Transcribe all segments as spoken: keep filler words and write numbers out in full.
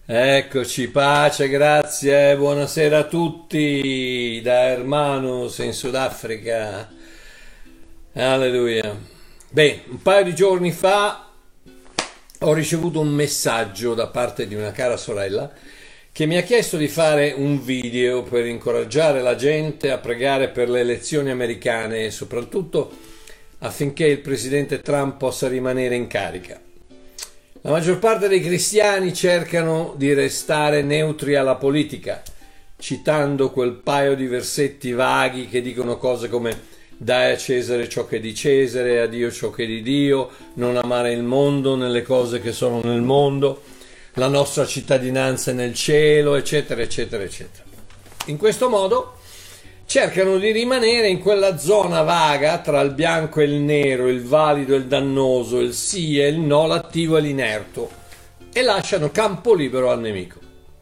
Eccoci, pace, grazie, buonasera a tutti da Hermanus in Sudafrica. Alleluia. Beh, un paio di giorni fa ho ricevuto un messaggio da parte di una cara sorella che mi ha chiesto di fare un video per incoraggiare la gente a pregare per le elezioni americane e soprattutto affinché il presidente Trump possa rimanere in carica. La maggior parte dei cristiani cercano di restare neutri alla politica, citando quel paio di versetti vaghi che dicono cose come dai a Cesare ciò che è di Cesare, a Dio ciò che è di Dio, non amare il mondo nelle cose che sono nel mondo, la nostra cittadinanza è nel cielo, eccetera, eccetera, eccetera. In questo modo cercano di rimanere in quella zona vaga tra il bianco e il nero, il valido e il dannoso, il sì e il no, l'attivo e l'inerto, e lasciano campo libero al nemico.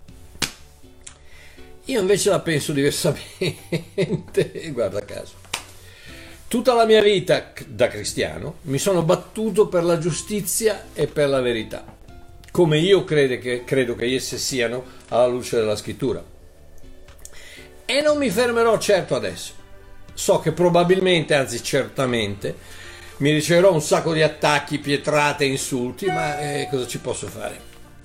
Io invece la penso diversamente, guarda caso. Tutta la mia vita da cristiano mi sono battuto per la giustizia e per la verità, come io credo che, credo che esse siano alla luce della scrittura. E non mi fermerò certo adesso. So che probabilmente, anzi certamente, mi riceverò un sacco di attacchi, pietrate, insulti, ma eh, cosa ci posso fare?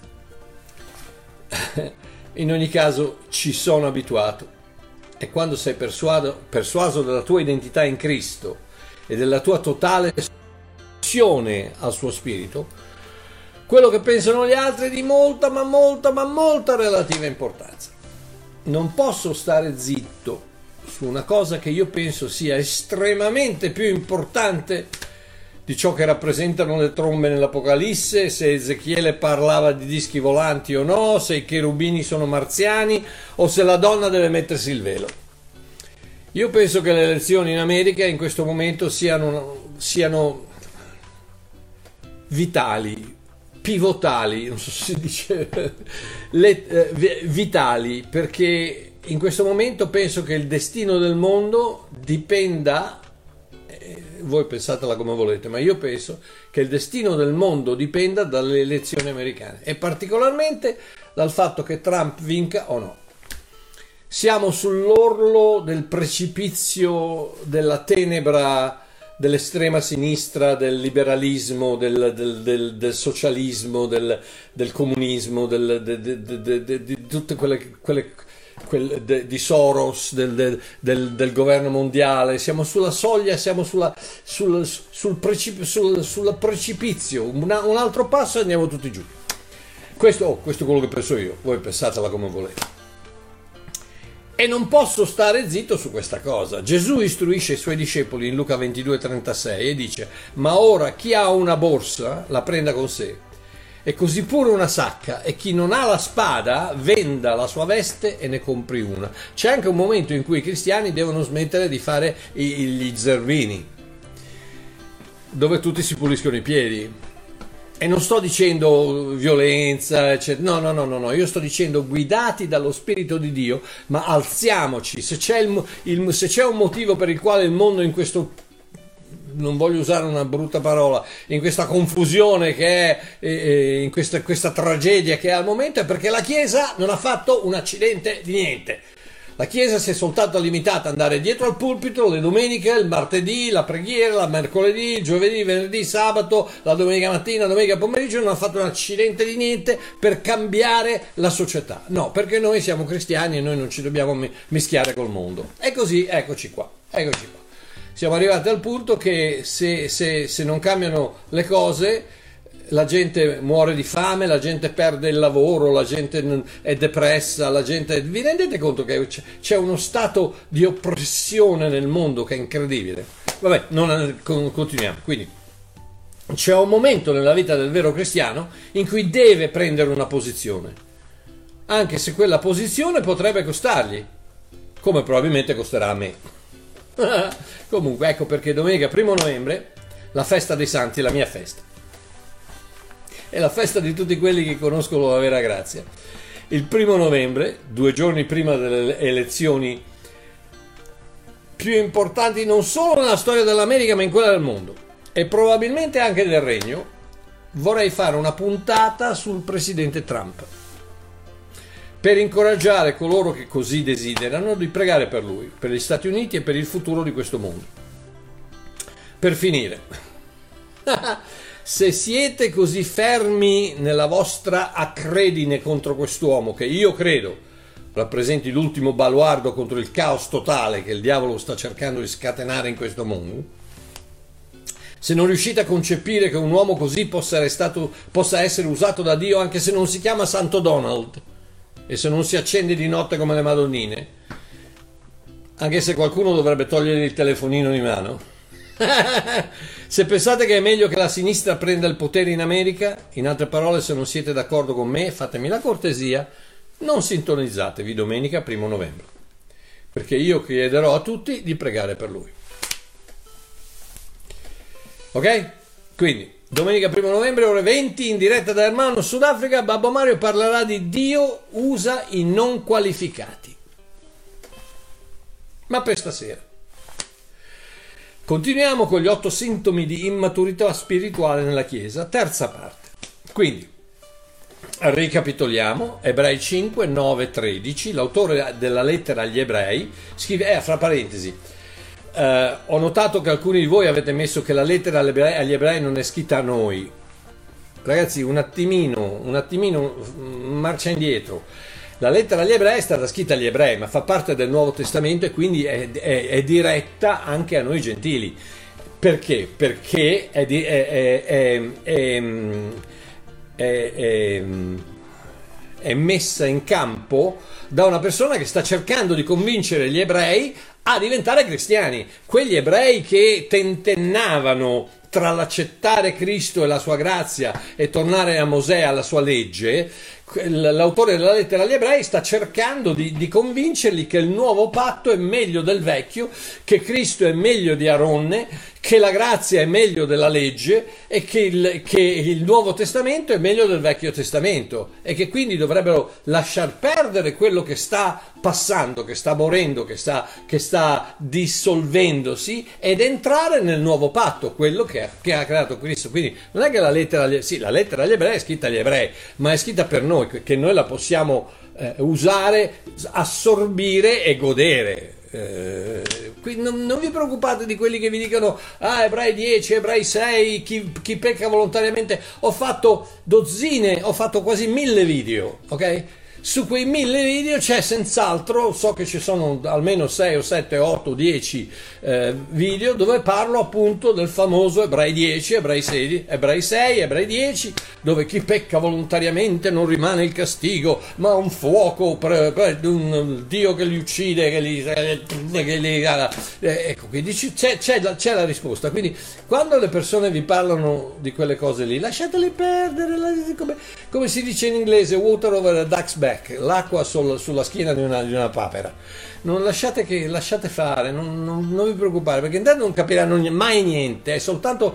In ogni caso ci sono abituato, e quando sei persuado, persuaso della tua identità in Cristo e della tua totale sottomissione al suo spirito, quello che pensano gli altri è di molta, ma molta, ma molta relativa importanza. Non posso stare zitto su una cosa che io penso sia estremamente più importante di ciò che rappresentano le trombe nell'Apocalisse, se Ezechiele parlava di dischi volanti o no, se i cherubini sono marziani o se la donna deve mettersi il velo. Io penso che le elezioni in America in questo momento siano, siano vitali, pivotali, non so se si dice, le, eh, vitali, perché in questo momento penso che il destino del mondo dipenda, eh, voi pensatela come volete, ma io penso che il destino del mondo dipenda dalle elezioni americane e particolarmente dal fatto che Trump vinca o no. Siamo sull'orlo del precipizio della tenebra dell'estrema sinistra, del liberalismo, del, del, del, del socialismo, del, del comunismo, del, de, de, de, de, di tutte quelle, quelle, quelle de, di Soros, del, del, del, del governo mondiale. Siamo sulla soglia, siamo sulla, sul, sul, precip, sul, sul precipizio. Una, un altro passo e andiamo tutti giù. Questo, oh, questo è quello che penso io, voi pensatela come volete. E non posso stare zitto su questa cosa. Gesù istruisce i suoi discepoli in Luca ventidue trentasei e dice: ma ora chi ha una borsa la prenda con sé, e così pure una sacca, e chi non ha la spada venda la sua veste e ne compri una. C'è anche un momento in cui i cristiani devono smettere di fare gli zerbini, dove tutti si puliscono i piedi. E non sto dicendo violenza, eccetera. No, no, no, no, no, io sto dicendo guidati dallo Spirito di Dio, ma alziamoci. Se c'è, il, il, se c'è un motivo per il quale il mondo in questo, non voglio usare una brutta parola, in questa confusione che è, eh, in questa, questa tragedia che è al momento, è perché la Chiesa non ha fatto un accidente di niente. La Chiesa si è soltanto limitata ad andare dietro al pulpito le domeniche, il martedì, la preghiera, la mercoledì, il giovedì, il venerdì, sabato, la domenica mattina, la domenica pomeriggio, non ha fatto un accidente di niente per cambiare la società. No, perché noi siamo cristiani e noi non ci dobbiamo mischiare col mondo. E così, eccoci qua, eccoci qua. Siamo arrivati al punto che se, se, se non cambiano le cose, la gente muore di fame, la gente perde il lavoro, la gente è depressa, la gente... Vi rendete conto che c'è uno stato di oppressione nel mondo che è incredibile? Vabbè, non, continuiamo. Quindi c'è un momento nella vita del vero cristiano in cui deve prendere una posizione, anche se quella posizione potrebbe costargli, come probabilmente costerà a me. Comunque, ecco perché domenica primo novembre, la festa dei santi è la mia festa. È la festa di tutti quelli che conoscono la vera grazia. Il primo novembre, due giorni prima delle elezioni più importanti non solo nella storia dell'America ma in quella del mondo e probabilmente anche del regno, vorrei fare una puntata sul presidente Trump. per incoraggiare coloro che così desiderano di pregare per lui, per gli Stati Uniti e per il futuro di questo mondo. Per finire, se siete così fermi nella vostra accredine contro quest'uomo, che io credo rappresenti l'ultimo baluardo contro il caos totale che il diavolo sta cercando di scatenare in questo mondo, se non riuscite a concepire che un uomo così possa essere, stato, possa essere usato da Dio anche se non si chiama Santo Donald e se non si accende di notte come le Madonnine, anche se qualcuno dovrebbe togliere il telefonino di mano, se pensate che è meglio che la sinistra prenda il potere in America, in altre parole, se non siete d'accordo con me, fatemi la cortesia, non sintonizzatevi domenica primo novembre, perché io chiederò a tutti di pregare per lui. Ok? Quindi, domenica primo novembre, ore venti, in diretta da Hermano, Sudafrica, Babbo Mario parlerà di Dio usa i non qualificati. Ma per stasera. Continuiamo con gli otto sintomi di immaturità spirituale nella Chiesa, terza parte. Quindi, ricapitoliamo, Ebrei cinque, nove, tredici, l'autore della lettera agli Ebrei scrive, eh, fra parentesi, eh, ho notato che alcuni di voi avete messo che la lettera agli Ebrei, agli Ebrei non è scritta a noi. Ragazzi, un attimino, un attimino, marcia indietro. La lettera agli Ebrei è stata scritta agli Ebrei, ma fa parte del Nuovo Testamento e quindi è, è, è diretta anche a noi gentili. Perché? Perché è, di, è, è, è, è È, è, è messa in campo da una persona che sta cercando di convincere gli ebrei a diventare cristiani, quegli ebrei che tentennavano tra l'accettare Cristo e la sua grazia e tornare a Mosè, alla sua legge. L'autore della lettera agli ebrei sta cercando di, di convincerli che il nuovo patto è meglio del vecchio, che Cristo è meglio di Aronne, che la grazia è meglio della legge e che il, che il Nuovo Testamento è meglio del Vecchio Testamento e che quindi dovrebbero lasciar perdere quello che sta passando, che sta morendo, che sta, che sta dissolvendosi ed entrare nel nuovo patto, quello che, che ha creato Cristo. Quindi non è che la lettera agli, sì, la lettera agli ebrei è scritta agli ebrei, ma è scritta per noi, che noi la possiamo eh, usare, assorbire e godere. Eh, quindi non, non vi preoccupate di quelli che vi dicono ah, Ebrei dieci, Ebrei sei, chi, chi pecca volontariamente. Ho fatto dozzine, ho fatto quasi mille video, ok? Su quei mille video c'è senz'altro, so che ci sono almeno sei o sette, otto, dieci eh, video dove parlo appunto del famoso Ebrei dieci, Ebrei sei, Ebrei sei, Ebrei dieci, dove chi pecca volontariamente non rimane il castigo, ma un fuoco, per, per, un Dio che li uccide, che li... Che li eh, ecco, quindi c'è, c'è, la, c'è la risposta. Quindi quando le persone vi parlano di quelle cose lì, lasciatele perdere, come, come si dice in inglese, water over a duck's back, l'acqua sul, sulla schiena di una, di una papera. Non lasciate, che, lasciate fare, non, non, non vi preoccupare, perché intanto non capiranno mai niente, è soltanto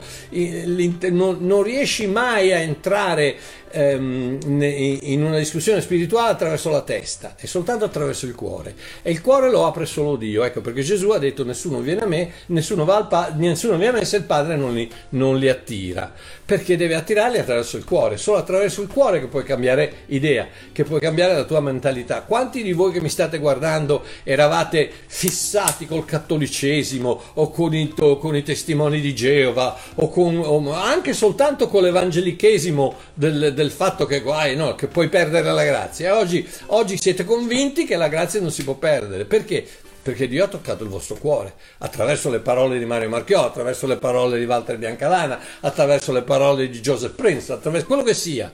non, non riesci mai a entrare ehm, in una discussione spirituale attraverso la testa, è soltanto attraverso il cuore, e il cuore lo apre solo Dio. Ecco perché Gesù ha detto nessuno viene a me, nessuno va al Padre, nessuno viene a me se il Padre non li, non li attira, perché deve attirarli attraverso il cuore. Solo attraverso il cuore che puoi cambiare idea, che puoi cambiare la tua mentalità. Quanti di voi che mi state guardando eravate fissati col cattolicesimo o con i, o con i testimoni di Geova o, con, o anche soltanto con l'evangelichesimo del, del fatto che, guai, no, che puoi perdere la grazia? Oggi, oggi siete convinti che la grazia non si può perdere. Perché? Perché Dio ha toccato il vostro cuore attraverso le parole di Mario Marchiò, attraverso le parole di Walter Biancalana, attraverso le parole di Joseph Prince, attraverso quello che sia.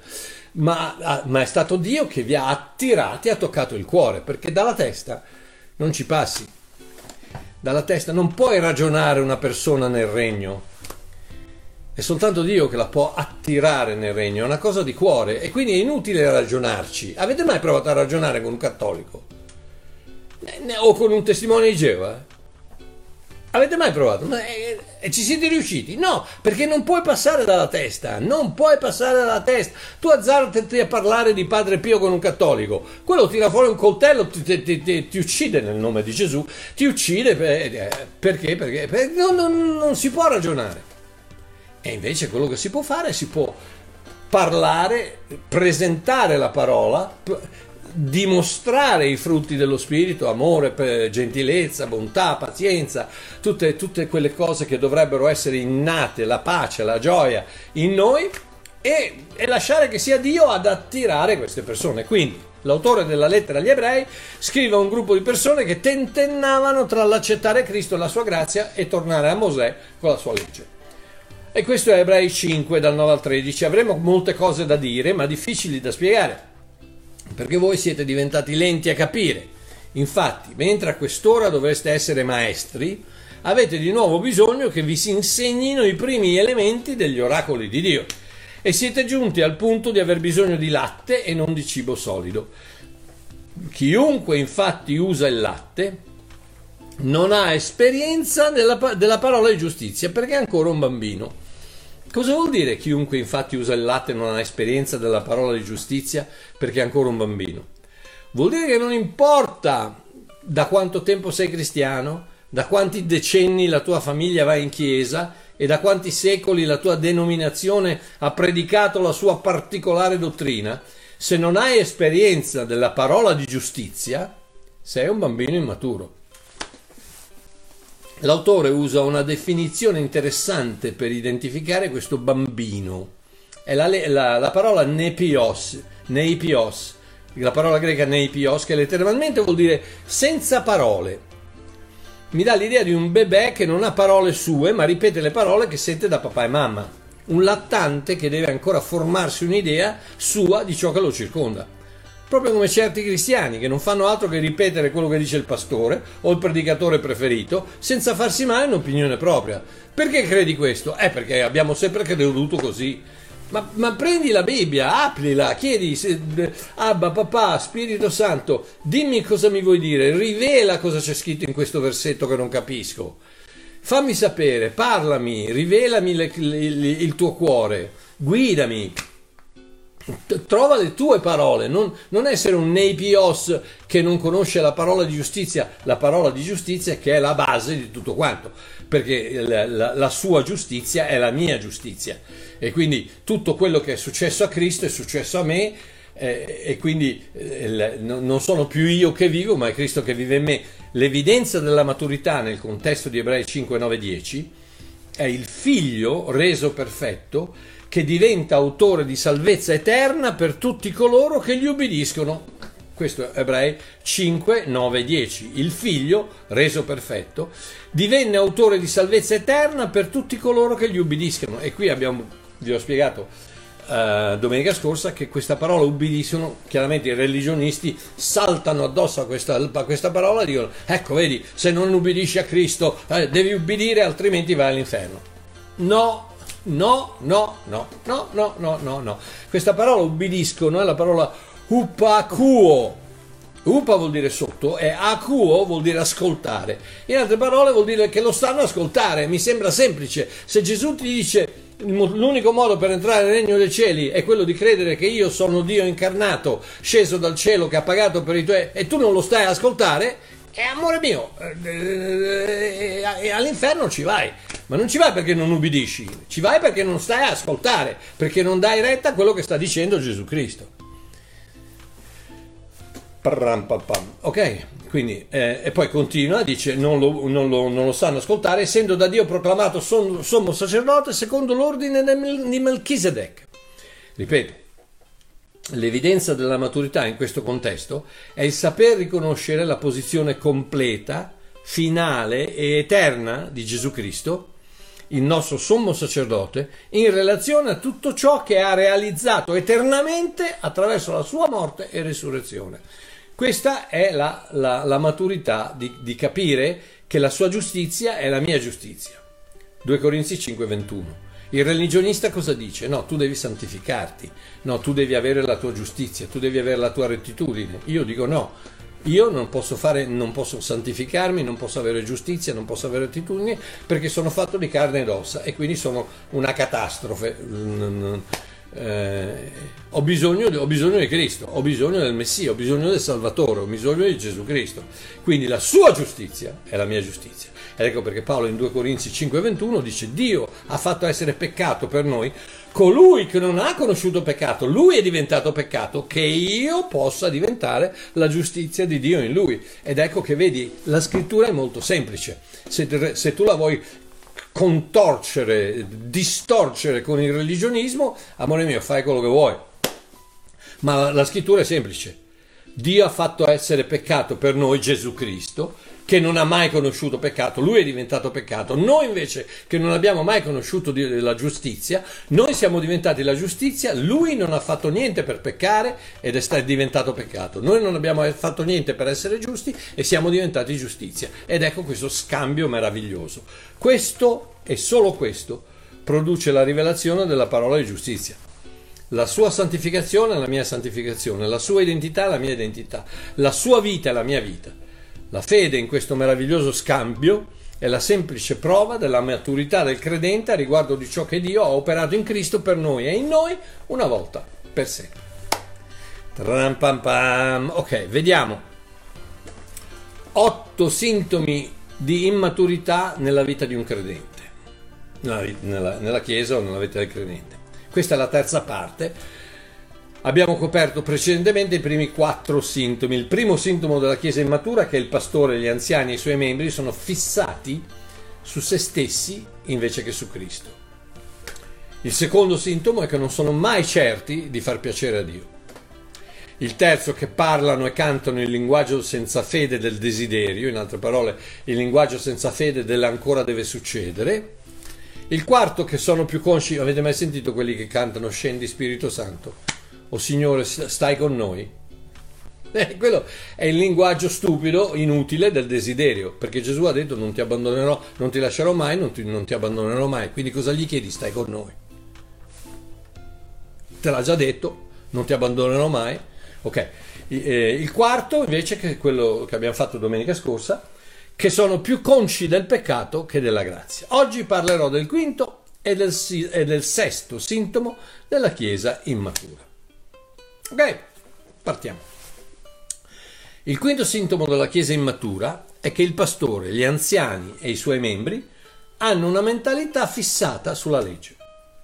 Ma, ma è stato Dio che vi ha attirati, ha toccato il cuore, perché dalla testa non ci passi. Dalla testa non puoi ragionare una persona nel regno, è soltanto Dio che la può attirare nel regno, è una cosa di cuore, e quindi è inutile ragionarci. Avete mai provato a ragionare con un cattolico? O con un testimone di Geova? Avete mai provato? E ci siete riusciti? No, perché non puoi passare dalla testa, non puoi passare dalla testa. Tu azzardati a parlare di Padre Pio con un cattolico, quello tira fuori un coltello, ti, ti, ti, ti uccide nel nome di Gesù, ti uccide per, perché? Perché, perché non, non, non si può ragionare. E invece quello che si può fare, si può parlare, presentare la parola, dimostrare i frutti dello Spirito, amore, gentilezza, bontà, pazienza, tutte, tutte quelle cose che dovrebbero essere innate, la pace, la gioia in noi, e, e lasciare che sia Dio ad attirare queste persone. Quindi l'autore della lettera agli ebrei scrive a un gruppo di persone che tentennavano tra l'accettare Cristo e la sua grazia e tornare a Mosè con la sua legge. E questo è Ebrei cinque, dal nove al tredici. Avremo molte cose da dire, ma difficili da spiegare, perché voi siete diventati lenti a capire. Infatti, mentre a quest'ora dovreste essere maestri, avete di nuovo bisogno che vi si insegnino i primi elementi degli oracoli di Dio. E siete giunti al punto di aver bisogno di latte e non di cibo solido. Chiunque infatti usa il latte non ha esperienza della, della parola di giustizia, perché è ancora un bambino. Cosa vuol dire chiunque infatti usa il latte non ha esperienza della parola di giustizia, perché è ancora un bambino? Vuol dire che non importa da quanto tempo sei cristiano, da quanti decenni la tua famiglia va in chiesa e da quanti secoli la tua denominazione ha predicato la sua particolare dottrina, se non hai esperienza della parola di giustizia, sei un bambino immaturo. L'autore usa una definizione interessante per identificare questo bambino. È la, la, la parola nepios, neipios, la parola greca neipios, che letteralmente vuol dire senza parole. Mi dà l'idea di un bebè che non ha parole sue, ma ripete le parole che sente da papà e mamma. Un lattante che deve ancora formarsi un'idea sua di ciò che lo circonda. Proprio come certi cristiani che non fanno altro che ripetere quello che dice il pastore o il predicatore preferito, senza farsi mai un'opinione propria. Perché credi questo? Eh, perché abbiamo sempre creduto così. Ma, ma prendi la Bibbia, aprila, chiedi, se, Abba, papà, Spirito Santo, dimmi cosa mi vuoi dire, rivela cosa c'è scritto in questo versetto che non capisco. Fammi sapere, parlami, rivelami le, le, le, il tuo cuore, guidami. Trova le tue parole, non, non essere un neipios che non conosce la parola di giustizia, la parola di giustizia che è la base di tutto quanto, perché la, la, la sua giustizia è la mia giustizia, e quindi tutto quello che è successo a Cristo è successo a me, eh, e quindi eh, non sono più io che vivo, ma è Cristo che vive in me. L'evidenza della maturità nel contesto di Ebrei cinque, nove, dieci è il figlio reso perfetto, che diventa autore di salvezza eterna per tutti coloro che gli ubbidiscono. Questo è Ebrei cinque, nove, dieci. Il figlio, reso perfetto, divenne autore di salvezza eterna per tutti coloro che gli ubbidiscono. E qui abbiamo, vi ho spiegato uh, domenica scorsa che questa parola ubbidiscono, chiaramente i religionisti saltano addosso a questa, a questa parola e dicono: ecco, vedi, se non ubbidisci a Cristo eh, devi ubbidire, altrimenti vai all'inferno. No. No, no, no, no, no, no, no, no. Questa parola ubbidiscono è la parola upakuo. Upa vuol dire sotto e akuo vuol dire ascoltare. In altre parole vuol dire che lo stanno a ascoltare. Mi sembra semplice. Se Gesù ti dice l'unico modo per entrare nel regno dei cieli è quello di credere che io sono Dio incarnato, sceso dal cielo, che ha pagato per i tuoi, e tu non lo stai a ascoltare, e amore mio, e all'inferno ci vai. Ma non ci vai perché non ubbidisci, ci vai perché non stai a ascoltare, perché non dai retta a quello che sta dicendo Gesù Cristo. Ok, quindi eh, e poi continua, dice non lo, non, lo, non lo sanno ascoltare, essendo da Dio proclamato som, sommo sacerdote secondo l'ordine di Melchisedec. Ripeto, l'evidenza della maturità in questo contesto è il saper riconoscere la posizione completa, finale e eterna di Gesù Cristo, il nostro sommo sacerdote, in relazione a tutto ciò che ha realizzato eternamente attraverso la sua morte e resurrezione. Questa è la, la, la maturità di, di capire che la sua giustizia è la mia giustizia. due Corinzi cinque, ventuno. Il religionista cosa dice? No, tu devi santificarti, no, tu devi avere la tua giustizia, tu devi avere la tua rettitudine. Io dico no. Io non posso fare, non posso santificarmi, non posso avere giustizia, non posso avere attitudini, perché sono fatto di carne ed ossa e quindi sono una catastrofe. eh, ho, bisogno, ho bisogno di Cristo, ho bisogno del Messia, ho bisogno del Salvatore, ho bisogno di Gesù Cristo. Quindi la sua giustizia è la mia giustizia. Ed ecco perché Paolo in due Corinzi cinque ventuno dice: Dio ha fatto essere peccato per noi colui che non ha conosciuto peccato, lui è diventato peccato, che io possa diventare la giustizia di Dio in lui. Ed ecco che vedi, la scrittura è molto semplice. Se, te, se tu la vuoi contorcere, distorcere con il religionismo, amore mio, fai quello che vuoi. Ma la scrittura è semplice. Dio ha fatto essere peccato per noi Gesù Cristo, che non ha mai conosciuto peccato, lui è diventato peccato. Noi invece, che non abbiamo mai conosciuto la giustizia, noi siamo diventati la giustizia. Lui non ha fatto niente per peccare ed è diventato peccato. Noi non abbiamo fatto niente per essere giusti e siamo diventati giustizia. Ed ecco questo scambio meraviglioso. Questo e solo questo produce la rivelazione della parola di giustizia. La sua santificazione è la mia santificazione, la sua identità è la mia identità, la sua vita è la mia vita. La fede in questo meraviglioso scambio è la semplice prova della maturità del credente a riguardo di ciò che Dio ha operato in Cristo per noi e in noi una volta per sempre. Tram pam pam. Ok, vediamo otto sintomi di immaturità nella vita di un credente, nella, nella, nella Chiesa o nella vita del credente. Questa è la terza parte. Abbiamo coperto precedentemente i primi quattro sintomi. Il primo sintomo della Chiesa immatura è che il pastore, gli anziani e i suoi membri sono fissati su se stessi invece che su Cristo. Il secondo sintomo è che non sono mai certi di far piacere a Dio. Il terzo, che parlano e cantano il linguaggio senza fede del desiderio, in altre parole, il linguaggio senza fede dell'ancora deve succedere. Il quarto, che sono più consci. Avete mai sentito quelli che cantano "Scendi Spirito Santo"? "O Signore, stai con noi"? Eh, quello è il linguaggio stupido, inutile del desiderio, perché Gesù ha detto: non ti abbandonerò, non ti lascerò mai, non ti, non ti abbandonerò mai. Quindi cosa gli chiedi? Stai con noi. Te l'ha già detto, non ti abbandonerò mai. Ok. Il quarto invece, che è quello che abbiamo fatto domenica scorsa, che sono più consci del peccato che della grazia. Oggi parlerò del quinto e del, e del sesto sintomo della Chiesa immatura. Ok, partiamo. Il quinto sintomo della Chiesa immatura è che il pastore, gli anziani e i suoi membri hanno una mentalità fissata sulla legge.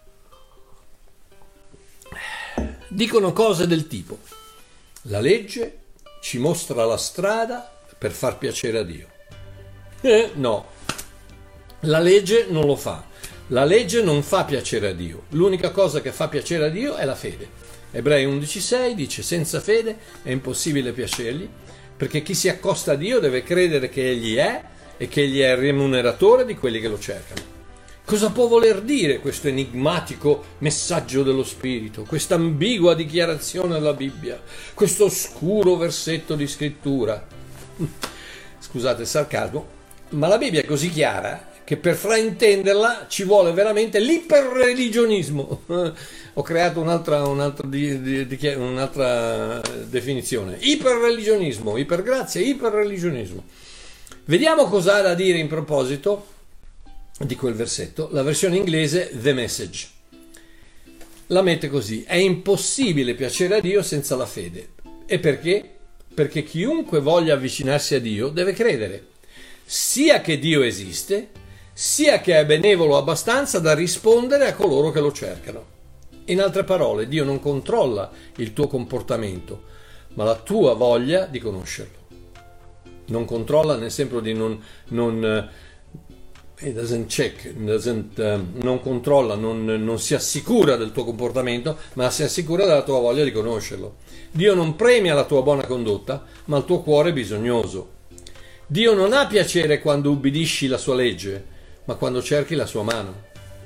Dicono cose del tipo: la legge ci mostra la strada per far piacere a Dio. Eh, no, la legge non lo fa. La legge non fa piacere a Dio. L'unica cosa che fa piacere a Dio è la fede. Ebrei undici sei dice: senza fede è impossibile piacergli, perché chi si accosta a Dio deve credere che Egli è e che Egli è il remuneratore di quelli che lo cercano. Cosa può voler dire questo enigmatico messaggio dello Spirito, questa ambigua dichiarazione della Bibbia, questo oscuro versetto di scrittura? Scusate il sarcasmo, ma la Bibbia è così chiara che per fraintenderla ci vuole veramente l'iperreligionismo. Ho creato un'altra, un'altra, di, di, di, un'altra definizione. Iperreligionismo, ipergrazia, iperreligionismo. Vediamo cosa ha da dire in proposito di quel versetto la versione inglese The Message. La mette così: è impossibile piacere a Dio senza la fede. E perché? Perché chiunque voglia avvicinarsi a Dio deve credere sia che Dio esiste, sia che è benevolo abbastanza da rispondere a coloro che lo cercano. In altre parole, Dio non controlla il tuo comportamento, ma la tua voglia di conoscerlo. Non controlla nel senso di non, non It doesn't check, doesn't, uh, non controlla, non, non si assicura del tuo comportamento, ma si assicura della tua voglia di conoscerlo. Dio non premia la tua buona condotta, ma il tuo cuore bisognoso. Dio non ha piacere quando ubbidisci la sua legge, ma quando cerchi la sua mano.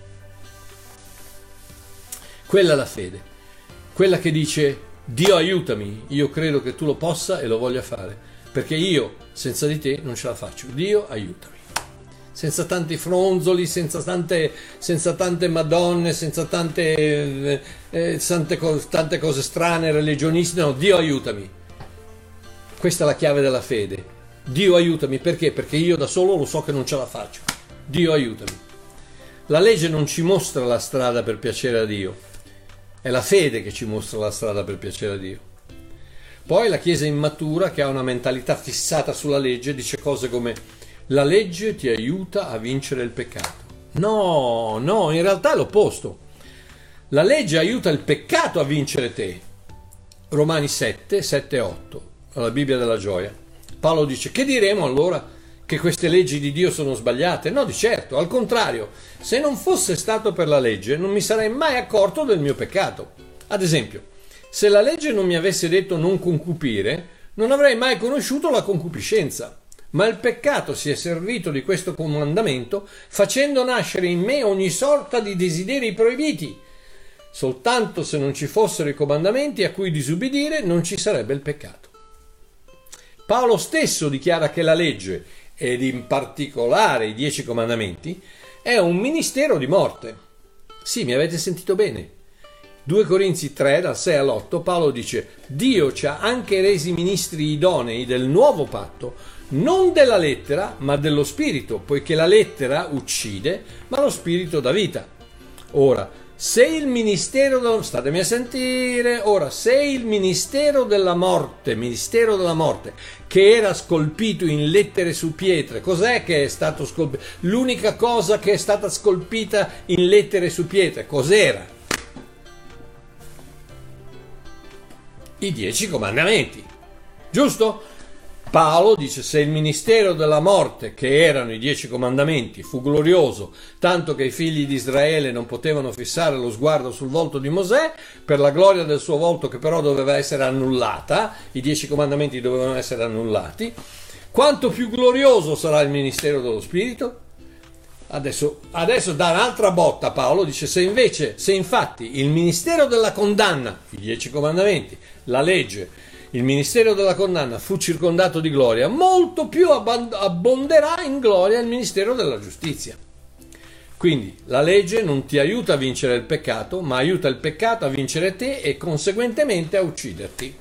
Quella è la fede, quella che dice: Dio aiutami, io credo che tu lo possa e lo voglia fare, perché io senza di te non ce la faccio. Dio aiutami. Senza tanti fronzoli, senza tante, senza tante madonne, senza tante, eh, eh, tante, cose, tante cose strane, religionisti. No, Dio aiutami. Questa è la chiave della fede. Dio aiutami, perché? Perché io da solo lo so che non ce la faccio. Dio aiutami. La legge non ci mostra la strada per piacere a Dio, È la fede che ci mostra la strada per piacere a Dio. Poi la Chiesa immatura, che ha una mentalità fissata sulla legge, dice cose come: la legge ti aiuta a vincere il peccato. No, no, in realtà è l'opposto. La legge aiuta il peccato a vincere te. Romani sette, sette e otto, la Bibbia della gioia. Paolo dice: che diremo allora? Che queste leggi di Dio sono sbagliate? No, di certo, al contrario, se non fosse stato per la legge non mi sarei mai accorto del mio peccato. Ad esempio, se la legge non mi avesse detto non concupire, non avrei mai conosciuto la concupiscenza. Ma il peccato si è servito di questo comandamento facendo nascere in me ogni sorta di desideri proibiti. Soltanto se non ci fossero i comandamenti a cui disubbidire non ci sarebbe il peccato. Paolo stesso dichiara che la legge, ed in particolare i dieci comandamenti, è un ministero di morte. Sì, mi avete sentito bene. due Corinzi tre, dal sei all'otto, Paolo dice: Dio ci ha anche resi ministri idonei del nuovo patto, non della lettera, ma dello spirito, poiché la lettera uccide, ma lo spirito dà vita. Ora, se il ministero del... statemi a sentire, ora, se il ministero della morte, ministero della morte, che era scolpito in lettere su pietre, cos'è che è stato scolpito? L'unica cosa che è stata scolpita in lettere su pietre, cos'era? I dieci comandamenti, giusto? Paolo dice: se il ministero della morte, che erano i dieci comandamenti, fu glorioso, tanto che i figli di Israele non potevano fissare lo sguardo sul volto di Mosè, per la gloria del suo volto che però doveva essere annullata, i dieci comandamenti dovevano essere annullati, quanto più glorioso sarà il ministero dello Spirito? Adesso, adesso dà un'altra botta. Paolo dice: se invece, se infatti il ministero della condanna, i dieci comandamenti, la legge, il ministero della condanna fu circondato di gloria, molto più abbonderà in gloria il ministero della giustizia. Quindi la legge non ti aiuta a vincere il peccato, ma aiuta il peccato a vincere te e conseguentemente a ucciderti.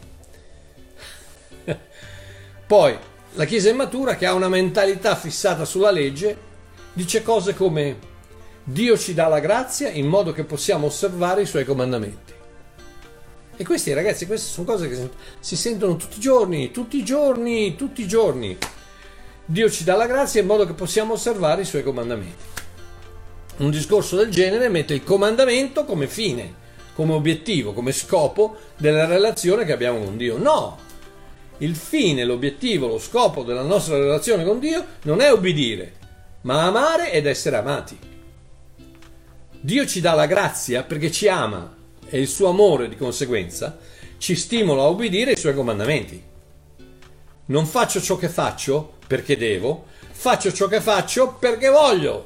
Poi la Chiesa immatura, che ha una mentalità fissata sulla legge, dice cose come: Dio ci dà la grazia in modo che possiamo osservare i suoi comandamenti. E questi, ragazzi, queste sono cose che si sentono tutti i giorni, tutti i giorni, tutti i giorni. Dio ci dà la grazia in modo che possiamo osservare i suoi comandamenti. Un discorso del genere mette il comandamento come fine, come obiettivo, come scopo della relazione che abbiamo con Dio. No! Il fine, l'obiettivo, lo scopo della nostra relazione con Dio non è obbedire, ma amare ed essere amati. Dio ci dà la grazia perché ci ama, e il suo amore, di conseguenza, ci stimola a obbedire ai suoi comandamenti. Non faccio ciò che faccio perché devo, faccio ciò che faccio perché voglio.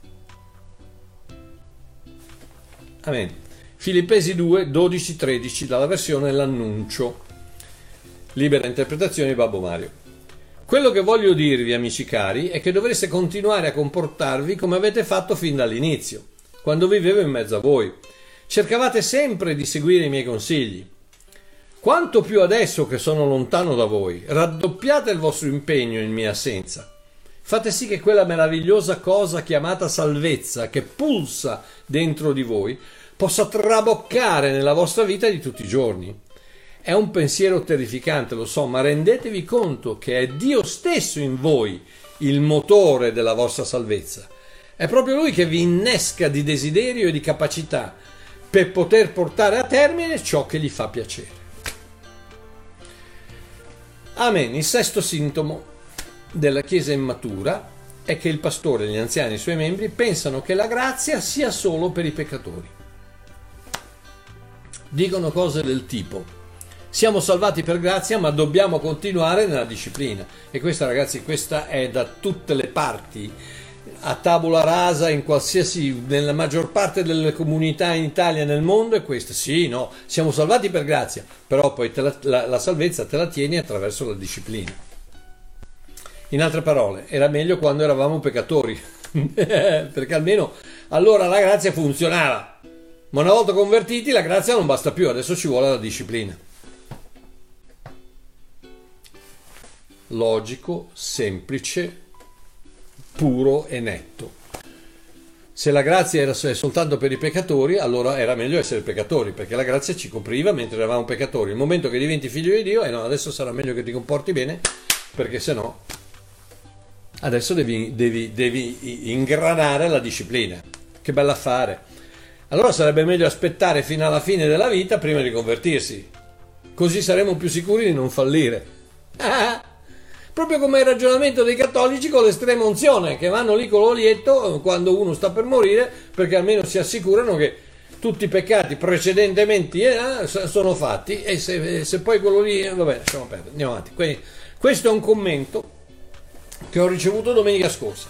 Amen. Filippesi due, dodici tredici, dalla versione L'Annuncio, libera interpretazione di Babbo Mario. Quello che voglio dirvi, amici cari, è che dovreste continuare a comportarvi come avete fatto fin dall'inizio, quando vivevo in mezzo a voi. Cercavate sempre di seguire i miei consigli. Quanto più adesso che sono lontano da voi, raddoppiate il vostro impegno in mia assenza. Fate sì che quella meravigliosa cosa chiamata salvezza, che pulsa dentro di voi, possa traboccare nella vostra vita di tutti i giorni. È un pensiero terrificante, lo so, ma rendetevi conto che è Dio stesso in voi il motore della vostra salvezza. È proprio Lui che vi innesca di desiderio e di capacità per poter portare a termine ciò che gli fa piacere. Amen. Il sesto sintomo della Chiesa immatura è che il pastore, gli anziani e i suoi membri pensano che la grazia sia solo per i peccatori. Dicono cose del tipo: siamo salvati per grazia, ma dobbiamo continuare nella disciplina. E questa, ragazzi, questa è da tutte le parti, a tabula rasa, in qualsiasi, nella maggior parte delle comunità in Italia e nel mondo è questa. Sì, no, siamo salvati per grazia, però poi te la, la, la salvezza te la tieni attraverso la disciplina. In altre parole, era meglio quando eravamo peccatori, perché almeno allora la grazia funzionava, ma una volta convertiti la grazia non basta più, adesso ci vuole la disciplina. Logico, semplice, puro e netto. Se la grazia era soltanto per i peccatori, allora era meglio essere peccatori, perché la grazia ci copriva mentre eravamo peccatori. Il momento che diventi figlio di Dio, e eh no, adesso sarà meglio che ti comporti bene, perché se no adesso devi, devi, devi ingranare la disciplina. Che bella affare. Allora sarebbe meglio aspettare fino alla fine della vita prima di convertirsi, così saremo più sicuri di non fallire. Ah! Proprio come il ragionamento dei cattolici con l'estrema unzione, che vanno lì con l'olietto quando uno sta per morire, perché almeno si assicurano che tutti i peccati precedentemente eh, sono fatti, e se, se poi quello lì, eh, vabbè, lasciamo perdere, andiamo avanti. Quindi, questo è un commento che ho ricevuto domenica scorsa,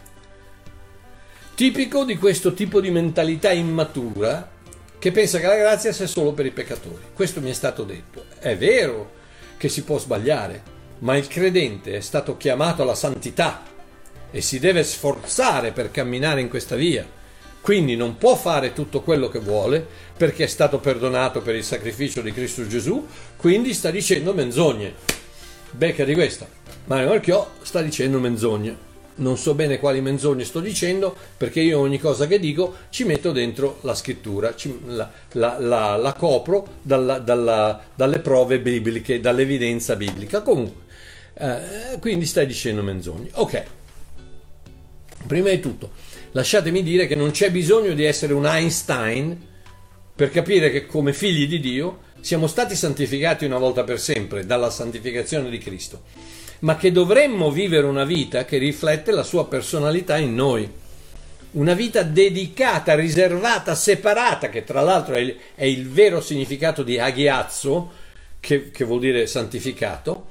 tipico di questo tipo di mentalità immatura che pensa che la grazia sia solo per i peccatori. Questo mi è stato detto. È vero che si può sbagliare, ma il credente è stato chiamato alla santità e si deve sforzare per camminare in questa via. Quindi non può fare tutto quello che vuole perché è stato perdonato per il sacrificio di Cristo Gesù, quindi sta dicendo menzogne. Becca di questa. Mario Marchiò sta dicendo menzogne. Non so bene quali menzogne sto dicendo, perché io ogni cosa che dico ci metto dentro la scrittura, ci, la, la, la, la copro dalla, dalla, dalle prove bibliche, dall'evidenza biblica. Comunque, eh, quindi stai dicendo menzogne. Ok, prima di tutto lasciatemi dire che non c'è bisogno di essere un Einstein per capire che come figli di Dio siamo stati santificati una volta per sempre dalla santificazione di Cristo, ma che dovremmo vivere una vita che riflette la sua personalità in noi, una vita dedicata, riservata, separata, che tra l'altro è il, è il vero significato di agiazzo, che, che vuol dire santificato,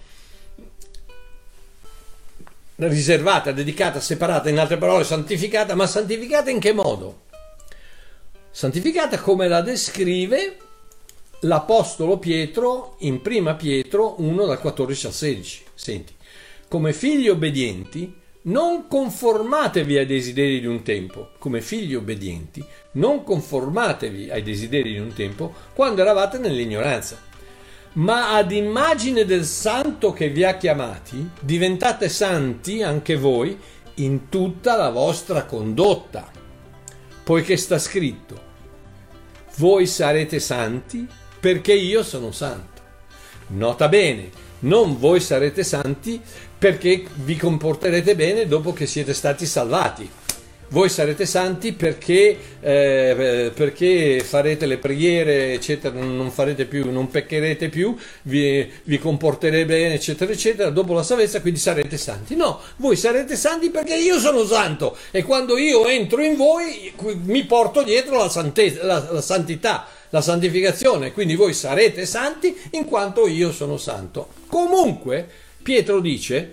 riservata, dedicata, separata, in altre parole santificata. Ma santificata in che modo? Santificata come la descrive l'Apostolo Pietro in prima Pietro uno dal quattordici al sedici. Senti: come figli obbedienti non conformatevi ai desideri di un tempo, come figli obbedienti non conformatevi ai desideri di un tempo quando eravate nell'ignoranza, ma ad immagine del Santo che vi ha chiamati diventate santi anche voi in tutta la vostra condotta, poiché sta scritto: voi sarete santi perché io sono santo. Nota bene, non voi sarete santi perché vi comporterete bene dopo che siete stati salvati. Voi sarete santi perché, eh, perché farete le preghiere, eccetera, non farete più, non peccherete più, vi, vi comporterete bene, eccetera, eccetera, dopo la salvezza, quindi sarete santi. No, voi sarete santi perché io sono santo, e quando io entro in voi mi porto dietro la, santezza, la, la santità, la santificazione, quindi voi sarete santi in quanto io sono santo. Comunque Pietro dice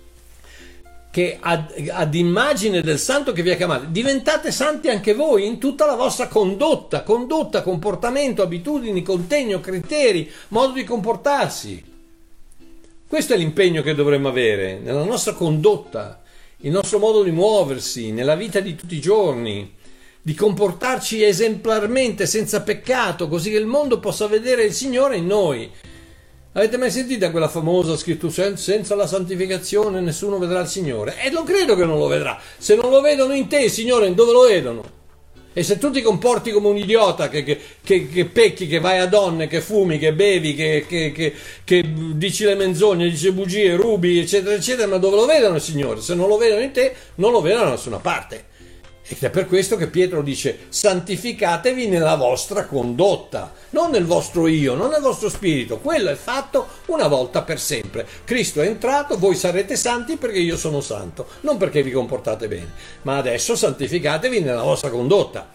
che ad, ad immagine del Santo che vi ha chiamato diventate santi anche voi in tutta la vostra condotta, condotta, comportamento, abitudini, contegno, criteri, modo di comportarsi. Questo è l'impegno che dovremmo avere nella nostra condotta, il nostro modo di muoversi, nella vita di tutti i giorni, di comportarci esemplarmente, senza peccato, così che il mondo possa vedere il Signore in noi. Avete mai sentita quella famosa scrittura: senza la santificazione nessuno vedrà il Signore? E non credo che non lo vedrà. Se non lo vedono in te, Signore, dove lo vedono? E se tu ti comporti come un idiota, che, che, che, che pecchi, che vai a donne, che fumi, che bevi, che, che, che, che dici le menzogne, dici bugie, rubi, eccetera, eccetera, ma dove lo vedono il Signore? Se non lo vedono in te, non lo vedono da nessuna parte. Ed è per questo che Pietro dice: santificatevi nella vostra condotta, non nel vostro io, non nel vostro spirito. Quello è fatto una volta per sempre. Cristo è entrato, voi sarete santi perché io sono santo, non perché vi comportate bene. Ma adesso santificatevi nella vostra condotta.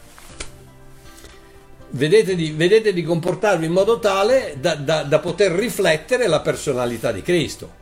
Vedete di, vedete di comportarvi in modo tale da, da, da poter riflettere la personalità di Cristo.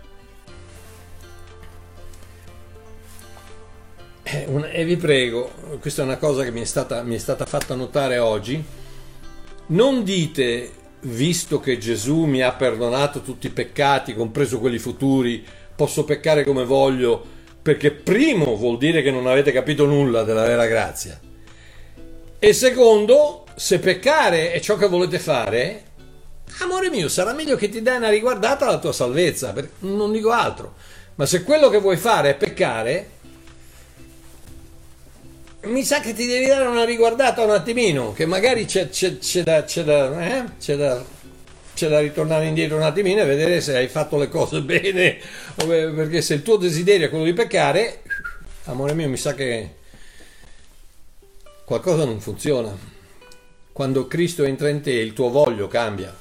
E vi prego, questa è una cosa che mi è stata, mi è stata fatta notare oggi: non dite, visto che Gesù mi ha perdonato tutti i peccati, compreso quelli futuri, posso peccare come voglio, perché primo vuol dire che non avete capito nulla della vera grazia, e secondo, se peccare è ciò che volete fare, amore mio, sarà meglio che ti dai una riguardata alla tua salvezza, non dico altro. Ma se quello che vuoi fare è peccare, mi sa che ti devi dare una riguardata un attimino, che magari c'è, c'è, c'è da, c'è da, eh? c'è da, c'è da ritornare indietro un attimino e vedere se hai fatto le cose bene, perché se il tuo desiderio è quello di peccare, amore mio, mi sa che qualcosa non funziona. Quando Cristo entra in te, il tuo voglio cambia.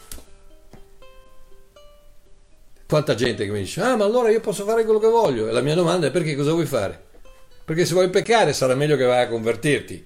Quanta gente che mi dice, ah, ma allora io posso fare quello che voglio? E la mia domanda è: perché cosa vuoi fare? Perché se vuoi peccare sarà meglio che vai a convertirti.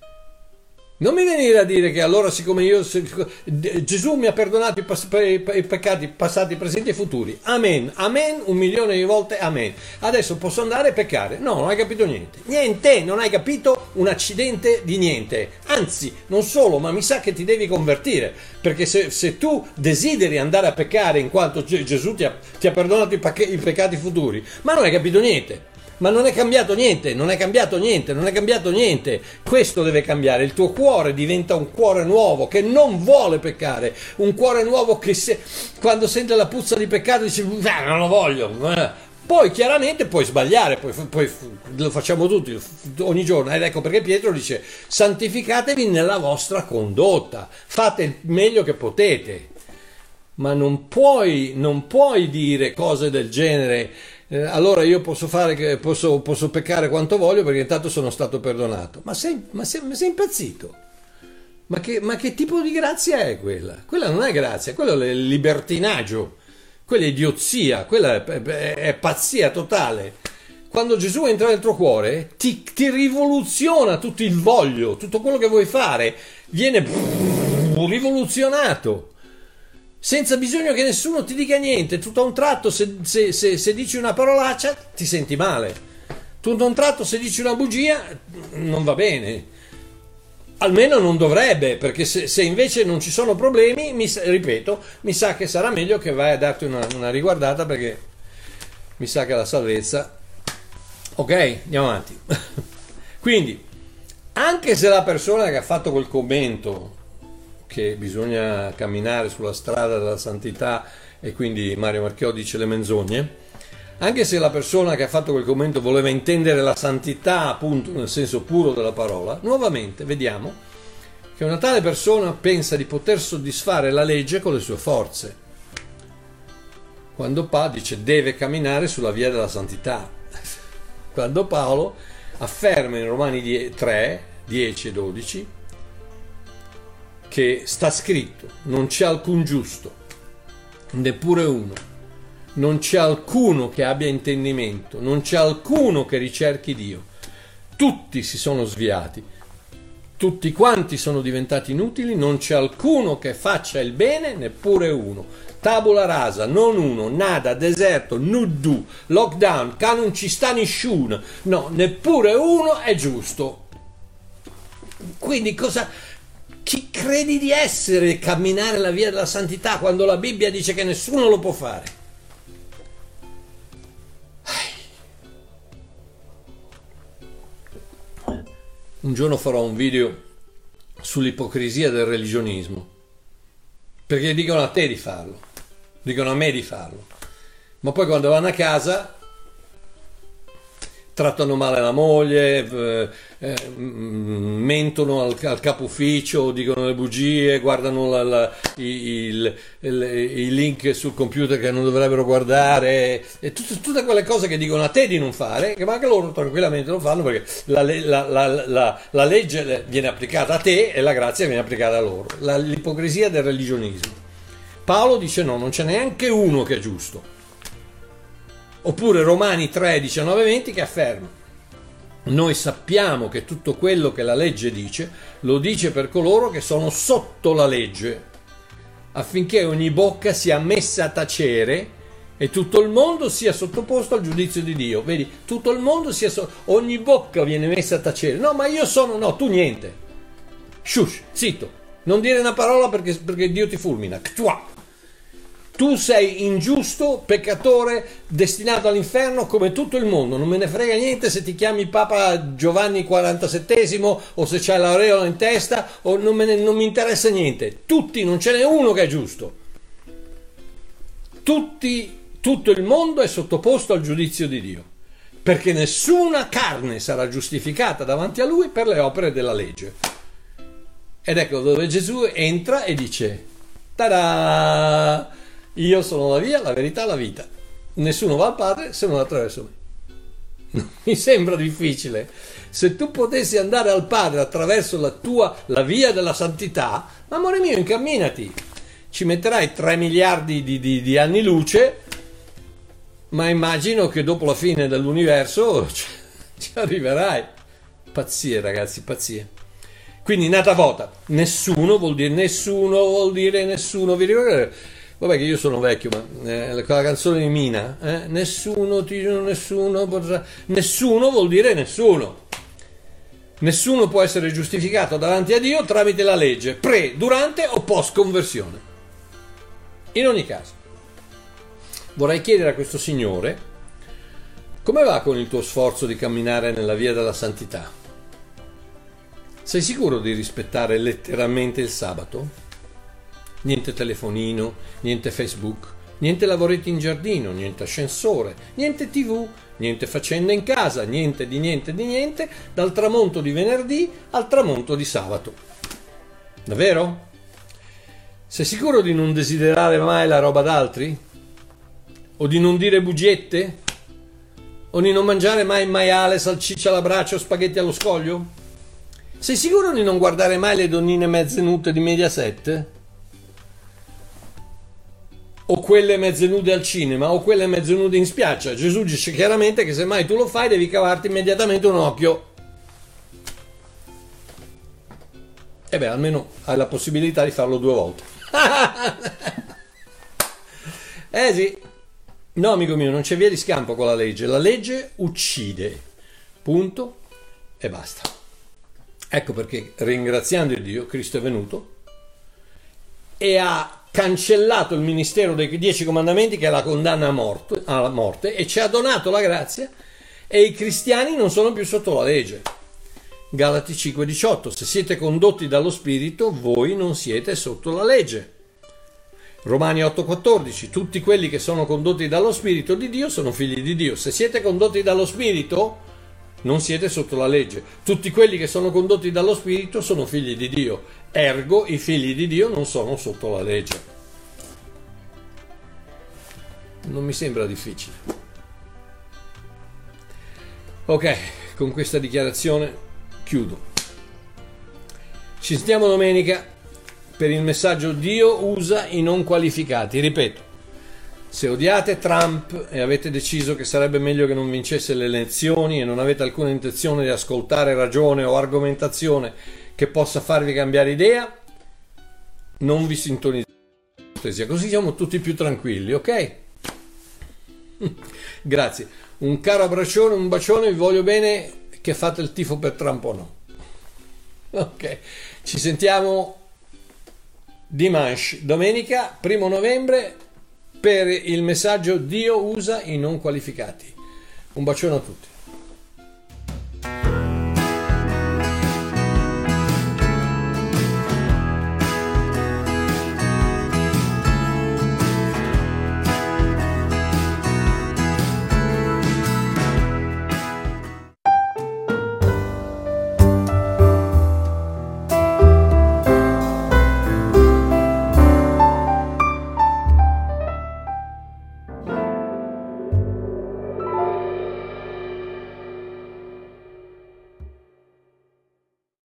Non mi venire a dire che allora, siccome io se, Gesù mi ha perdonato i, pass, i, i peccati passati, presenti e futuri, amen, amen, un milione di volte amen, adesso posso andare a peccare? No, non hai capito niente, niente, non hai capito un accidente di niente, anzi, non solo, ma mi sa che ti devi convertire, perché se, se tu desideri andare a peccare in quanto Gesù ti ha, ti ha perdonato i, pacche, i peccati futuri, ma non hai capito niente. Ma non è cambiato niente, non è cambiato niente, non è cambiato niente. Questo deve cambiare. Il tuo cuore diventa un cuore nuovo che non vuole peccare. Un cuore nuovo che se, quando sente la puzza di peccato dice ah, non lo voglio. Poi chiaramente puoi sbagliare, poi, poi lo facciamo tutti ogni giorno. Ed ecco perché Pietro dice: santificatevi nella vostra condotta, fate il meglio che potete. Ma non puoi, non puoi dire cose del genere. Eh, allora io posso fare, posso, posso peccare quanto voglio perché intanto sono stato perdonato. Ma sei, ma sei, ma sei impazzito? Ma che, ma che tipo di grazia è quella? Quella non è grazia, quello è libertinaggio, quella è idiozia, quella è, è, è pazzia totale. Quando Gesù entra nel tuo cuore ti, ti rivoluziona tutto il voglio, tutto quello che vuoi fare viene rivoluzionato. Senza bisogno che nessuno ti dica niente, tutto a un tratto se, se, se, se dici una parolaccia ti senti male, tutto a un tratto se dici una bugia non va bene, almeno non dovrebbe, perché se, se invece non ci sono problemi, mi, ripeto, mi sa che sarà meglio che vai a darti una, una riguardata, perché mi sa che la salvezza... Ok, andiamo avanti. Quindi, anche se la persona che ha fatto quel commento che bisogna camminare sulla strada della santità e quindi Mario Marchiò dice le menzogne, anche se la persona che ha fatto quel commento voleva intendere la santità appunto nel senso puro della parola, nuovamente vediamo che una tale persona pensa di poter soddisfare la legge con le sue forze, quando Paolo dice deve camminare sulla via della santità, quando Paolo afferma in Romani tre, dieci e dodici che sta scritto: non c'è alcun giusto, neppure uno, non c'è alcuno che abbia intendimento, non c'è alcuno che ricerchi Dio, tutti si sono sviati, tutti quanti sono diventati inutili, non c'è alcuno che faccia il bene, neppure uno. Tabula rasa, non uno, nada, deserto, nuddu, lockdown, che non ci sta nessuno, no, neppure uno è giusto. Quindi cosa... Chi credi di essere camminare la via della santità quando la Bibbia dice che nessuno lo può fare? Un giorno farò un video sull'ipocrisia del religionismo, perché dicono a te di farlo, dicono a me di farlo, ma poi quando vanno a casa trattano male la moglie, eh, eh, mentono al, al capo ufficio, dicono le bugie, guardano la, la, i, il, il, i link sul computer che non dovrebbero guardare, e tutte, tutte quelle cose che dicono a te di non fare, che ma anche loro tranquillamente lo fanno, perché la, la, la, la, la legge viene applicata a te e la grazia viene applicata a loro. La, l'ipocrisia del religionismo. Paolo dice no, non c'è neanche uno che è giusto. Oppure Romani tre, diciannove, venti che afferma: noi sappiamo che tutto quello che la legge dice lo dice per coloro che sono sotto la legge, affinché ogni bocca sia messa a tacere e tutto il mondo sia sottoposto al giudizio di Dio. Vedi, tutto il mondo sia so- ogni bocca viene messa a tacere. No, ma io sono... no, tu niente. Shush, zitto, non dire una parola perché, perché Dio ti fulmina. Ktua. Tu sei ingiusto, peccatore, destinato all'inferno come tutto il mondo. Non me ne frega niente se ti chiami Papa Giovanni quarantasettesimo o se c'hai l'aureola in testa, o non, me ne, non mi interessa niente. Tutti, non ce n'è uno che è giusto. Tutti, tutto il mondo è sottoposto al giudizio di Dio. perché nessuna carne sarà giustificata davanti a lui per le opere della legge. Ed ecco dove Gesù entra e dice: tada! Io sono la via, la verità, la vita. Nessuno va al Padre se non attraverso me. Mi sembra difficile. Se tu potessi andare al Padre attraverso la tua, la via della santità, ma amore mio, incamminati. Ci metterai tre miliardi di, di, di anni luce, ma immagino che dopo la fine dell'universo ci, ci arriverai. Pazzie, ragazzi, pazzie. Quindi nata vota, nessuno vuol dire nessuno, vuol dire nessuno. Vi ricordate? Vabbè che io sono vecchio, ma eh, quella canzone di Mina, eh? Nessuno, ti, nessuno, potrà... nessuno vuol dire nessuno. Nessuno può essere giustificato davanti a Dio tramite la legge, pre, durante o post conversione. In ogni caso, vorrei chiedere a questo Signore: come va con il tuo sforzo di camminare nella via della santità? Sei sicuro di rispettare letteralmente il sabato? Niente telefonino, niente Facebook, niente lavoretti in giardino, niente ascensore, niente tivù, niente faccende in casa, niente di niente di niente, dal tramonto di venerdì al tramonto di sabato. Davvero? Sei sicuro di non desiderare mai la roba d'altri? O di non dire bugiette? O di non mangiare mai maiale, salsiccia all'abbraccio, spaghetti allo scoglio? Sei sicuro di non guardare mai le donnine mezze nude di Mediaset? O quelle mezze nude al cinema, o quelle mezze nude in spiaggia? Gesù dice chiaramente che se mai tu lo fai devi cavarti immediatamente un occhio. E beh, almeno hai la possibilità di farlo due volte. Eh sì. No, amico mio, non c'è via di scampo con la legge. La legge uccide. Punto e basta. Ecco perché, ringraziando Dio, Cristo è venuto e ha cancellato il ministero dei dieci comandamenti, che è la condanna a morte, alla morte, e ci ha donato la grazia, e i cristiani non sono più sotto la legge. Galati cinque diciotto: se siete condotti dallo Spirito, voi non siete sotto la legge. Romani otto quattordici: tutti quelli che sono condotti dallo Spirito di Dio sono figli di Dio. Se siete condotti dallo Spirito, non siete sotto la legge. Tutti quelli che sono condotti dallo Spirito sono figli di Dio. Ergo, i figli di Dio non sono sotto la legge. Non mi sembra difficile. Ok, con questa dichiarazione chiudo. Ci sentiamo domenica per il messaggio Dio usa i non qualificati. Ripeto, se odiate Trump e avete deciso che sarebbe meglio che non vincesse le elezioni e non avete alcuna intenzione di ascoltare ragione o argomentazione che possa farvi cambiare idea, non vi sintonizzate, così siamo tutti più tranquilli, ok? Grazie, un caro abbraccione, un bacione, vi voglio bene, che fate il tifo per Trump o no. Ok, ci sentiamo dimanche, domenica, primo novembre, per il messaggio Dio usa i non qualificati. Un bacione a tutti.